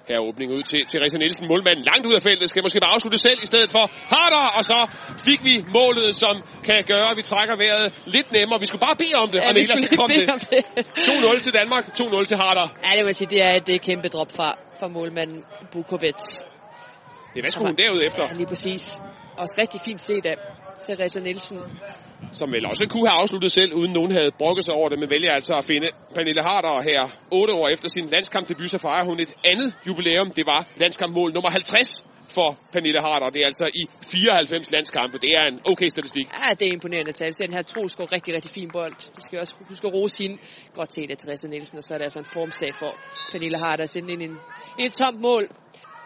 Her åbning ud til Theresa Nielsen. Målmanden langt ud af feltet. Skal måske bare afslutte selv i stedet for Harder. Og så fik vi målet, som kan gøre, at vi trækker vejret lidt nemmere. Vi skulle bare bede om det, ja, og Nela, så kom det. 2-0 til Danmark, 2-0 til Harder. Ja, det må sige, det er et kæmpe drop fra målmanden Bukovic. Ja, hvad skulle hun derud efter? Ja, lige præcis. Også rigtig fint set af Theresa Nielsen. Som vel også kunne have afsluttet selv, uden nogen havde brokket sig over det, men vælger altså at finde Pernille Harder her. 8 år efter sin landskampdebut, så fejrer hun et andet jubilæum. Det var landskampmål nummer 50 for Pernille Harder. Det er altså i 94 landskampe. Det er en okay statistik. Ja, det er imponerende tal. Den her Troels går rigtig, rigtig fin bold. Du skal også huske at rose hende. Godt set af Theresa Nielsen, og så er det altså en formsag for Pernille Harder at sende ind i et tomt mål.